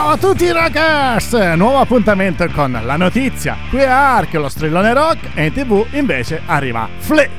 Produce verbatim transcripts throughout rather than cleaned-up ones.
Ciao a tutti rockers! Nuovo appuntamento con la notizia. Qui è Ark, lo strillone rock, e in tv invece arriva Flea.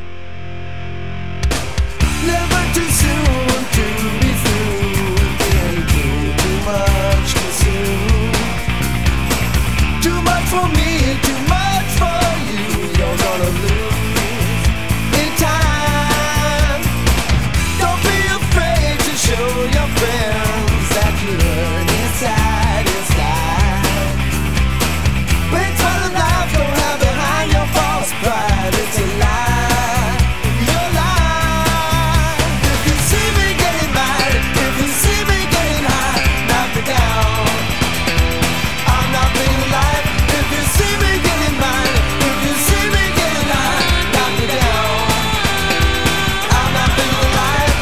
Never too soon to be through. Can't do too much to soon. Too much for me, too much for you. You're gonna lose in time. Don't be afraid to show your friends that you learn inside, inside. Wait for the life don't have behind your false pride. It's a lie, you're lying. If you see me getting mad, if you see me getting high, knock me down. I'm not being alive. If you see me getting mad, if you see me getting high, knock me down. I'm not being alive.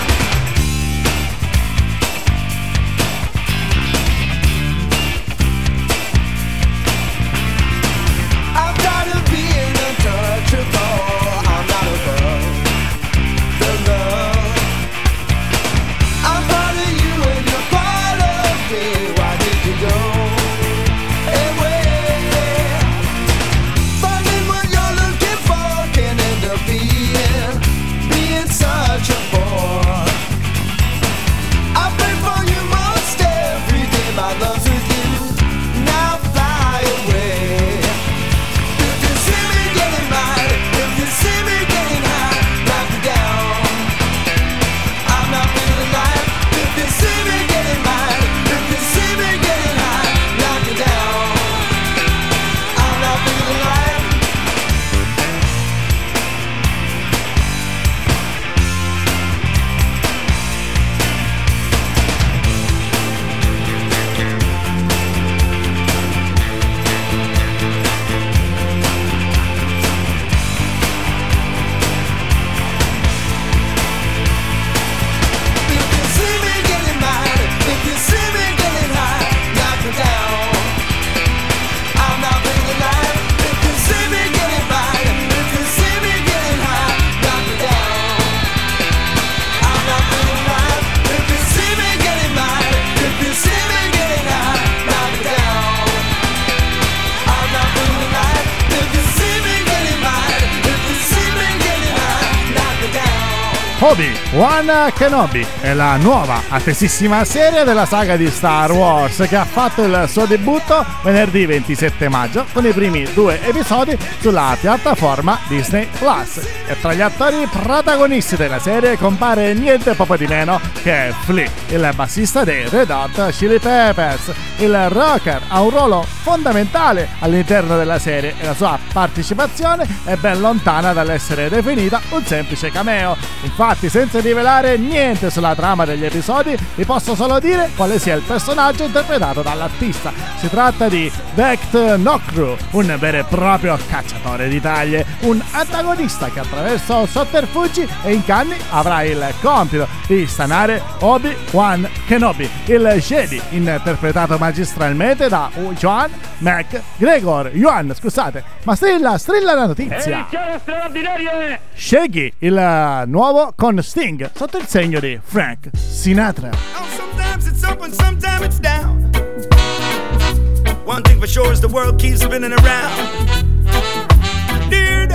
I'm tired of being untouchable. I'm not above the love. I'm part of you and you're part of me. Why did you go away? Finding what you're looking for can end up being, being such a bore. I pray for you most every day. My love's with you. Now fly away. If you see me getting mad, if you see me getting high, knock me down. I'm not feeling alive. If you see me getting mad, if you see me getting high, knock me down. I'm not feeling alive. If you see me getting mad, if you see me getting high, knock me down. I'm not feeling alive. If you see me getting mad, if you see me getting high, knock me down. I'm not feeling alive. If you see me getting mad, if you see me getting high, knock me down. I'm not feeling alive. If you see me getting mad, if you see me getting high, knock me down. Obi-Wan Kenobi è la nuova attesissima serie della saga di Star Wars che ha fatto il suo debutto venerdì ventisette maggio con i primi due episodi sulla piattaforma Disney Plus. E tra gli attori protagonisti della serie compare niente poco di meno che Flea, il bassista dei Red Hot Chili Peppers. Il rocker ha un ruolo fondamentale all'interno della serie e la sua partecipazione è ben lontana dall'essere definita un semplice cameo. Infatti, senza rivelare niente sulla trama degli episodi, vi posso solo dire quale sia il personaggio interpretato dall'artista. Si tratta di Vect Nokru, un vero e proprio cacciatore di taglie, un antagonista che attraverso sotterfugi e inganni avrà il compito di stanare Obi-Wan Kenobi, il Jedi, interpretato magistralmente da Ewan McGregor. Ewan, scusate, ma strilla, strilla la notizia. Shaggy, il nuovo con Sting, sotto il segno di Frank Sinatra. Oh, sometimes it's up and sometimes it's down. One thing for sure is the world keeps spinning around. Dude,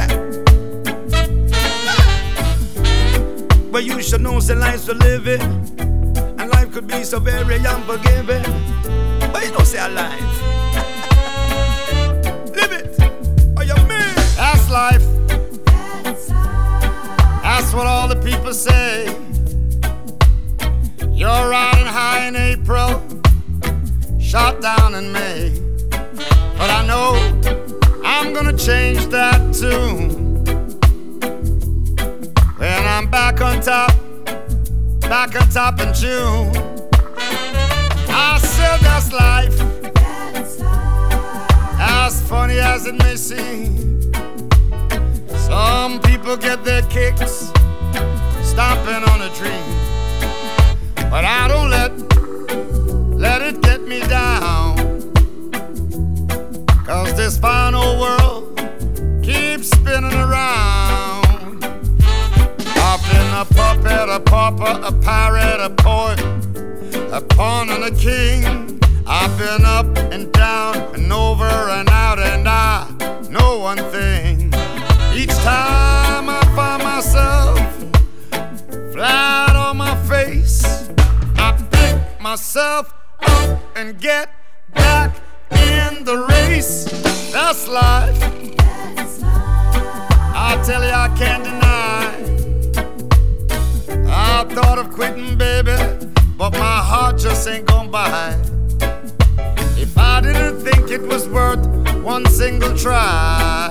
but you should know that life's to live it, and life could be so very unforgiving. But you don't say alive. Live it, or you mean. That's life. That's what all the people say. You're riding high in April, shot down in May. But I know I'm gonna change that tune. When I'm back on top, back on top in June. I said that's life. As funny as it may seem, some people get their kicks stomping on a dream. But I don't let, let it get me down. Cause this fine old world keeps spinning around. I've been a puppet, a pauper, a pirate, a poet, a pawn and a king. I've been up and down and over and out, and I know one thing. Each time I find myself flat on my face, I pick myself up and get back in the race. That's life. I tell you, I can't deny. I thought of quitting, baby, but my heart just ain't gon' buy. If I didn't think it was worth one single try,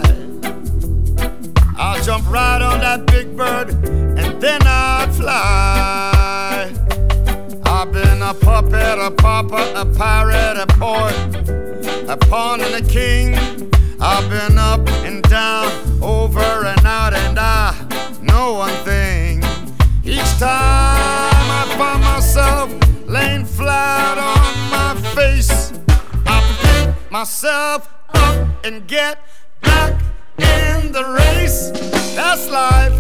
I'll jump right on that big bird and then I'd fly. I've been a puppet, a pauper, a pirate, a poet, a pawn and a king. I've been up and down, over and out, and I know one thing. Each time I find myself laying flat on my face, I pick myself up and get back in the race. That's life.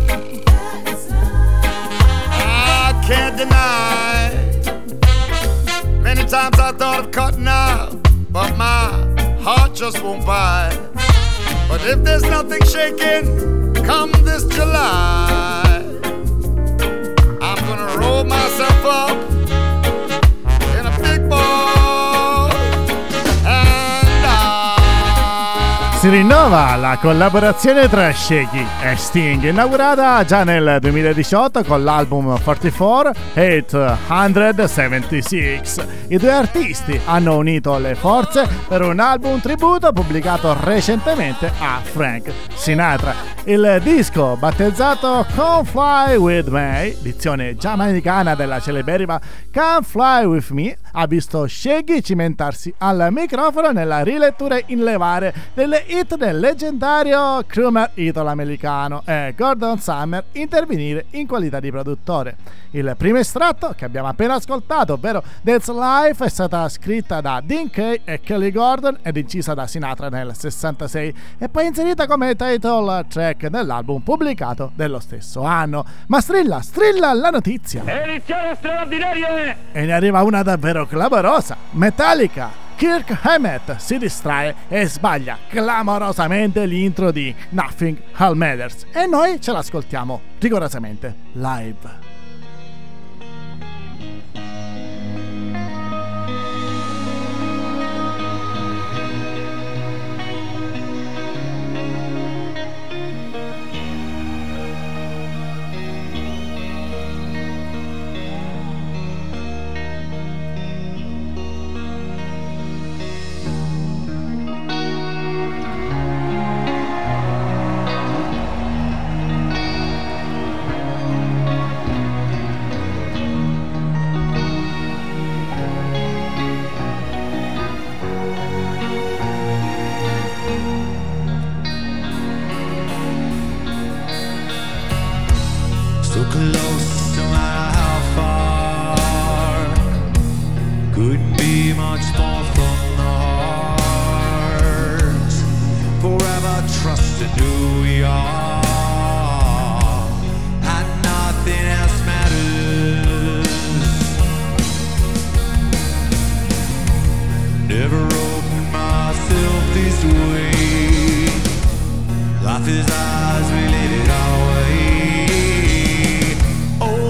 I can't deny. Many times I thought of cutting out, but my heart just won't buy. But if there's nothing shaking come this July, I'm gonna roll myself up in a big ball and I... Si rinnova la collaborazione tra Shaggy e Sting, inaugurata già nel duemiladiciotto con l'album quarantaquattro ottocentosettantasei. I due artisti hanno unito le forze per un album tributo pubblicato recentemente a Frank Sinatra. Il disco, battezzato Come Fly With Me, edizione giamaicana della celeberrima Come Fly With Me, ha visto Shaggy cimentarsi al microfono nella rilettura in levare delle hit del leggendario crooner italo-americano e Gordon Summer intervenire in qualità di produttore. Il primo estratto che abbiamo appena ascoltato, ovvero That's Life, è stata scritta da Dean Kay e Kelly Gordon ed incisa da Sinatra nel sessantasei e poi inserita come title track nell'album pubblicato dello stesso anno. Ma strilla, strilla la notizia! Edizione straordinaria! E ne arriva una davvero clamorosa. Metallica. Kirk Hammett si distrae e sbaglia clamorosamente l'intro di Nothing Else Matters e noi ce l'ascoltiamo rigorosamente live. So close, no matter how far. Couldn't be much more from the heart. Forever trusting who we are, and nothing else matters. Never opened myself this way. Life is ours, we live it our way. Oh,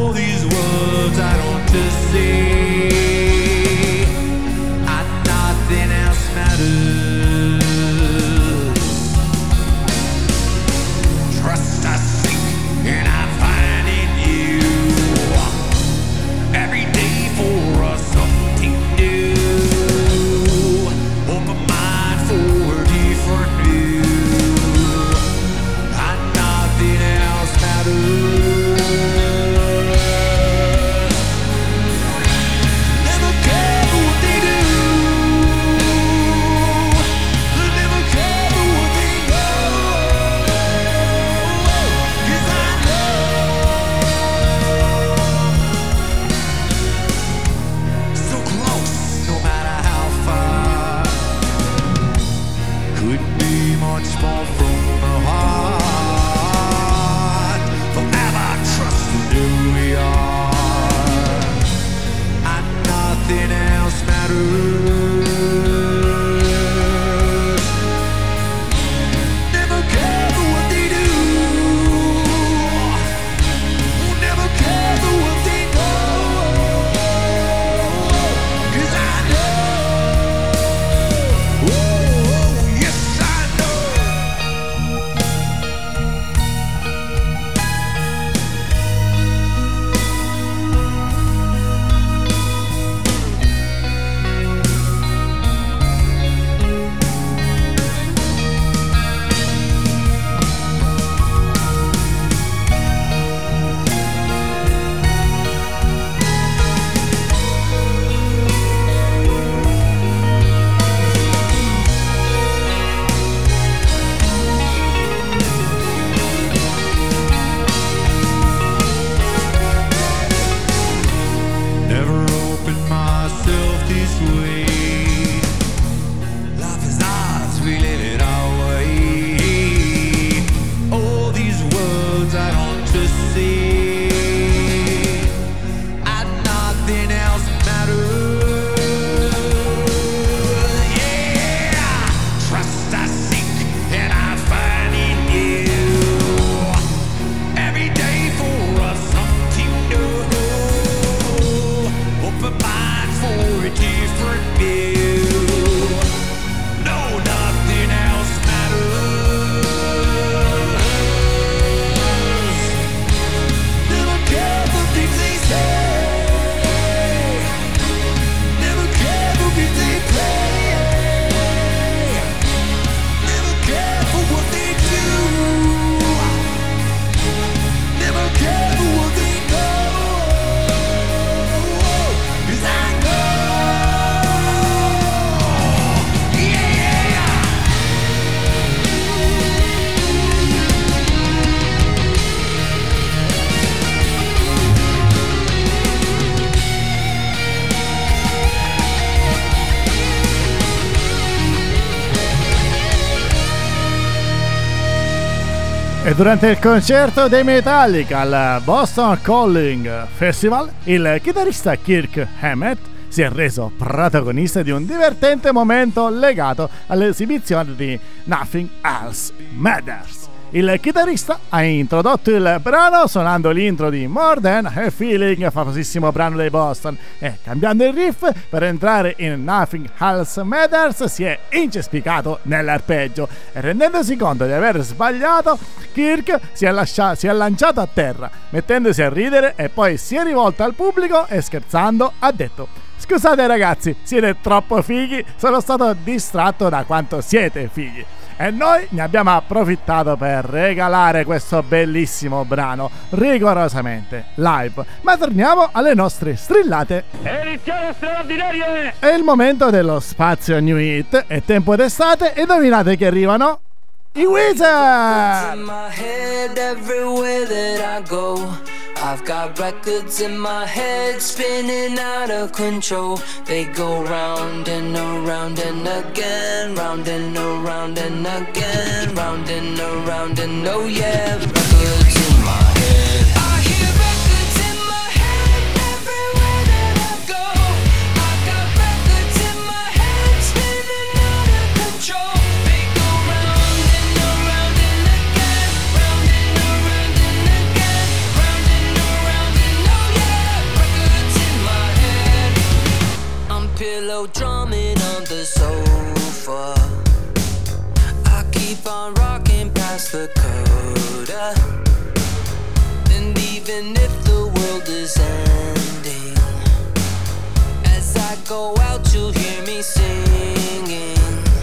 E durante il concerto dei Metallica al Boston Calling Festival, il chitarrista Kirk Hammett si è reso protagonista di un divertente momento legato all'esibizione di Nothing Else Matters. Il chitarrista ha introdotto il brano suonando l'intro di More Than a Feeling, famosissimo brano dei Boston, e cambiando il riff per entrare in Nothing Else Matters si è incespicato nell'arpeggio e, rendendosi conto di aver sbagliato, Kirk si è, lascia- si è lanciato a terra mettendosi a ridere e poi si è rivolto al pubblico e, scherzando, ha detto: "Scusate ragazzi, siete troppo fighi, sono stato distratto da quanto siete fighi". E noi ne abbiamo approfittato per regalare questo bellissimo brano rigorosamente live. Ma torniamo alle nostre strillate. Edizione straordinaria è... È il momento dello spazio New Hit, è tempo d'estate e indovinate che arrivano i Wizard! In my head everywhere that I go, I've got records in my head spinning out of control. They go round and around and again, round and around and again, round and around and oh yeah, records in my head. I hear records in my head everywhere that I go. I've got records in my head spinning out of control. They go round and around and again, round and around and again, round and around and oh yeah, records in my head. I'm pillow drumming on the sofa. I keep on rocking past the coda. And even if the world is ending, as I go out you'll hear me singing.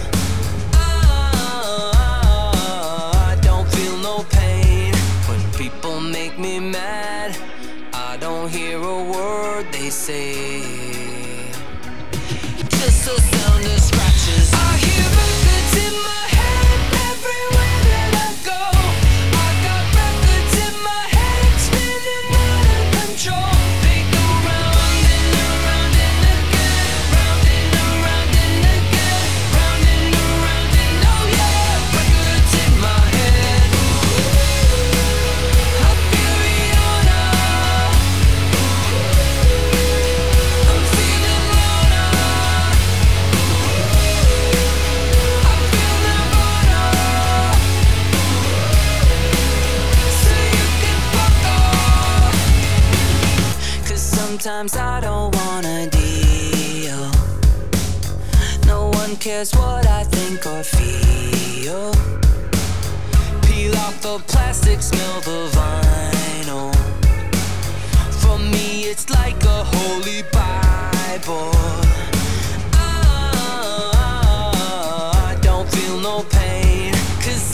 I don't feel no pain when people make me mad. I don't hear a word they say, just the sound of scratches. I hear records in my head everywhere that I go. I got records in my head spinning out of control. They go round and around and again, round and around and again, round and around and oh yeah, records in my head. I feel Rihanna, I'm feeling Lana, I feel Nirvana, so you can fuck off. 'Cause sometimes I don't wanna deal. No one cares what I think or feel. Peel off the plastic, smell the vinyl. For me it's like a holy Bible. I don't feel no pain, 'cause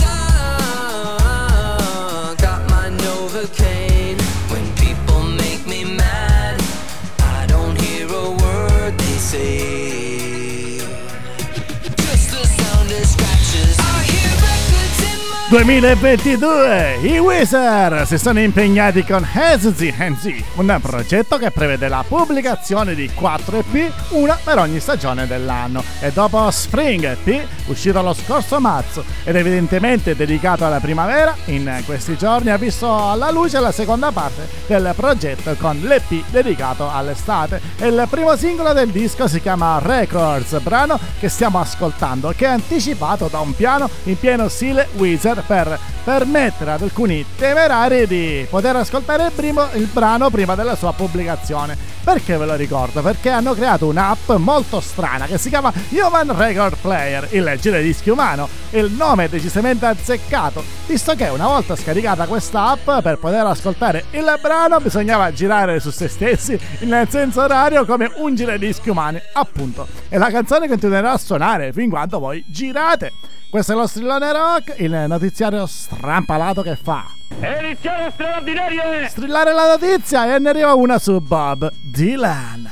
I got my Novocaine. When people make me mad, I don't hear a word they say, just the sound of scratches. I hear records in my duemilaventidue, i Wizard si sono impegnati con S Z and Z, un progetto che prevede la pubblicazione di quattro E P, una per ogni stagione dell'anno, e dopo Spring E P, uscito lo scorso marzo ed evidentemente dedicato alla primavera, in questi giorni ha visto alla luce la seconda parte del progetto con l'E P dedicato all'estate, e il primo singolo del disco si chiama Records, brano che stiamo ascoltando, che è anticipato da un piano in pieno stile Wizard per permettere ad alcuni temerari di poter ascoltare il, primo, il brano prima della sua pubblicazione. Perché ve lo ricordo? Perché hanno creato un'app molto strana che si chiama Human Record Player, il giradischi umano. Il nome è decisamente azzeccato, visto che una volta scaricata questa app, per poter ascoltare il brano bisognava girare su se stessi nel senso orario come un giradischi umano, appunto, e la canzone continuerà a suonare fin quando voi girate. Questo è lo Strillone Rock, il notiziario strampalato che fa Edizione straordinaria è... strillare la notizia, e ne arriva una su Bob Dylan.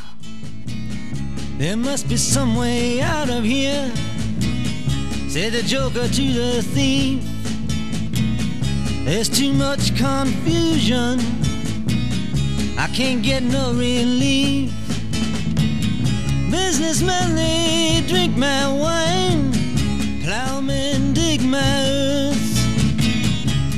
There must be some way out of here, said the joker to the thief. There's too much confusion, I can't get no relief. Businessmen, they drink my wine, plowmen dig my earth.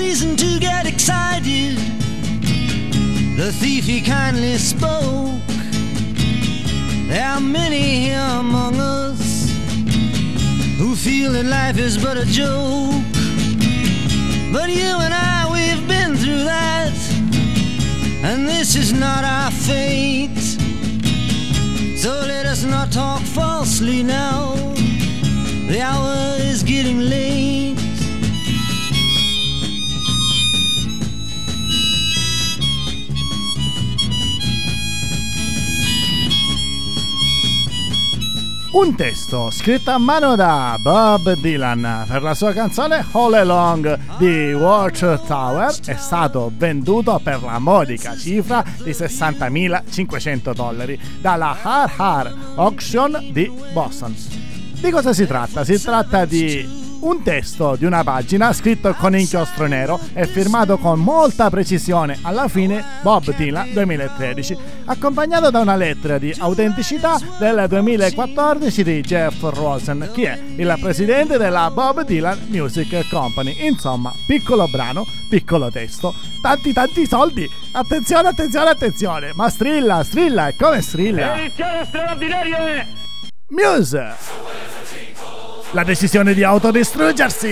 reason to get excited. The thief he kindly spoke. There are many here among us who feel that life is but a joke. But you and I, we've been through that, and this is not our fate. So let us not talk falsely now. The hour is getting late. Un testo scritto a mano da Bob Dylan per la sua canzone All Along di Watchtower è stato venduto per la modica cifra di sessantamila cinquecento dollari dalla Har Har Auction di Boston. Di cosa si tratta? Si tratta di un testo di una pagina scritto con inchiostro nero e firmato con molta precisione, alla fine Bob Dylan duemilatredici, accompagnato da una lettera di autenticità del duemilaquattordici di Jeff Rosen, che è il presidente della Bob Dylan Music Company. Insomma, piccolo brano, piccolo testo, tanti tanti soldi. Attenzione, attenzione, attenzione, ma strilla, strilla, e come strilla? Edizione straordinaria! Muse! La decisione di autodistruggersi!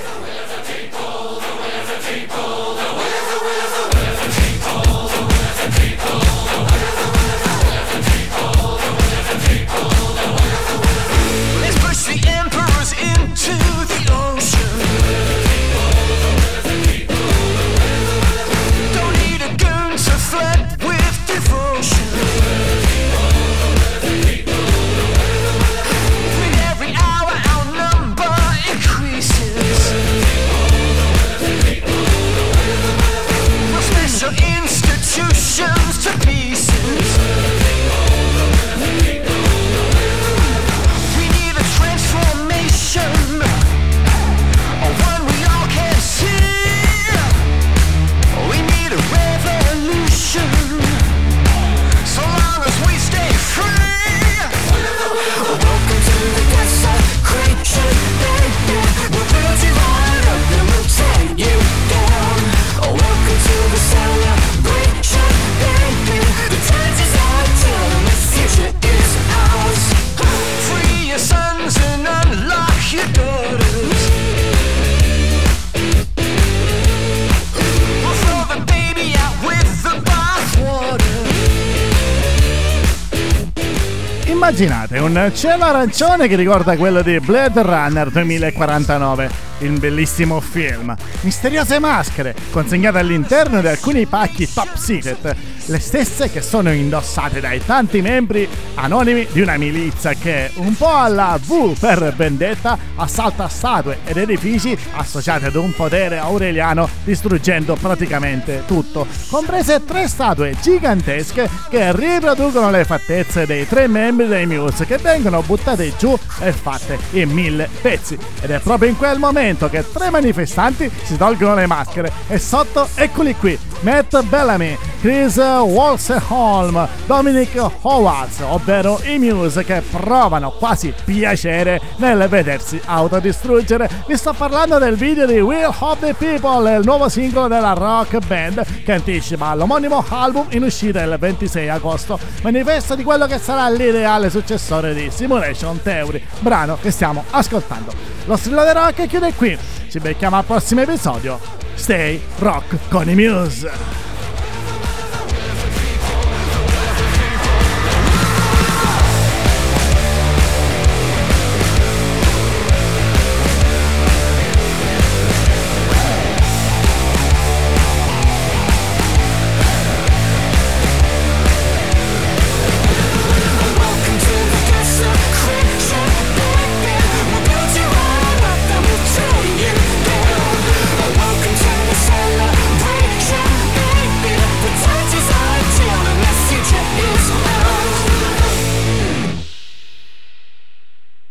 Let's push the emperors into the ocean. Don't need a gun to flood with devotion. With every hour our number increases. We'll smash your institutions to pieces. We need a transformation, one we all can see. We need a revolution, so long as we stay free. Welcome to the desecration, baby. We'll build you right up and we'll take you down. Welcome to the celebration, baby. The times is our turn, the future is ours. Free your sons and unlock your daughters. We'll throw the baby out with the bathwater. Immaginate un cielo arancione che ricorda quello di Blade Runner duemilaquarantanove, il bellissimo film. Misteriose maschere consegnate all'interno di alcuni pacchi top secret, le stesse che sono indossate dai tanti membri anonimi di una milizia che, un po' alla V per Vendetta, assalta statue ed edifici associati ad un potere aureliano, distruggendo praticamente tutto, comprese tre statue gigantesche che riproducono le fattezze dei tre membri dei Muse, che vengono buttate giù e fatte in mille pezzi. Ed è proprio in quel momento che tre manifestanti si tolgono le maschere e sotto, eccoli qui, Matt Bellamy, Chris Wolstenholme, Dominic Howard, ovvero i Muse, che provano quasi piacere nel vedersi autodistruggere. Vi sto parlando del video di Will of the People, il nuovo singolo della rock band che anticipa l'omonimo album in uscita il ventisei agosto, manifesto di quello che sarà l'ideale successore di Simulation Theory, brano che stiamo ascoltando. Lo strillo del rock chiude qui, ci becchiamo al prossimo episodio. Stay rock con i Muse.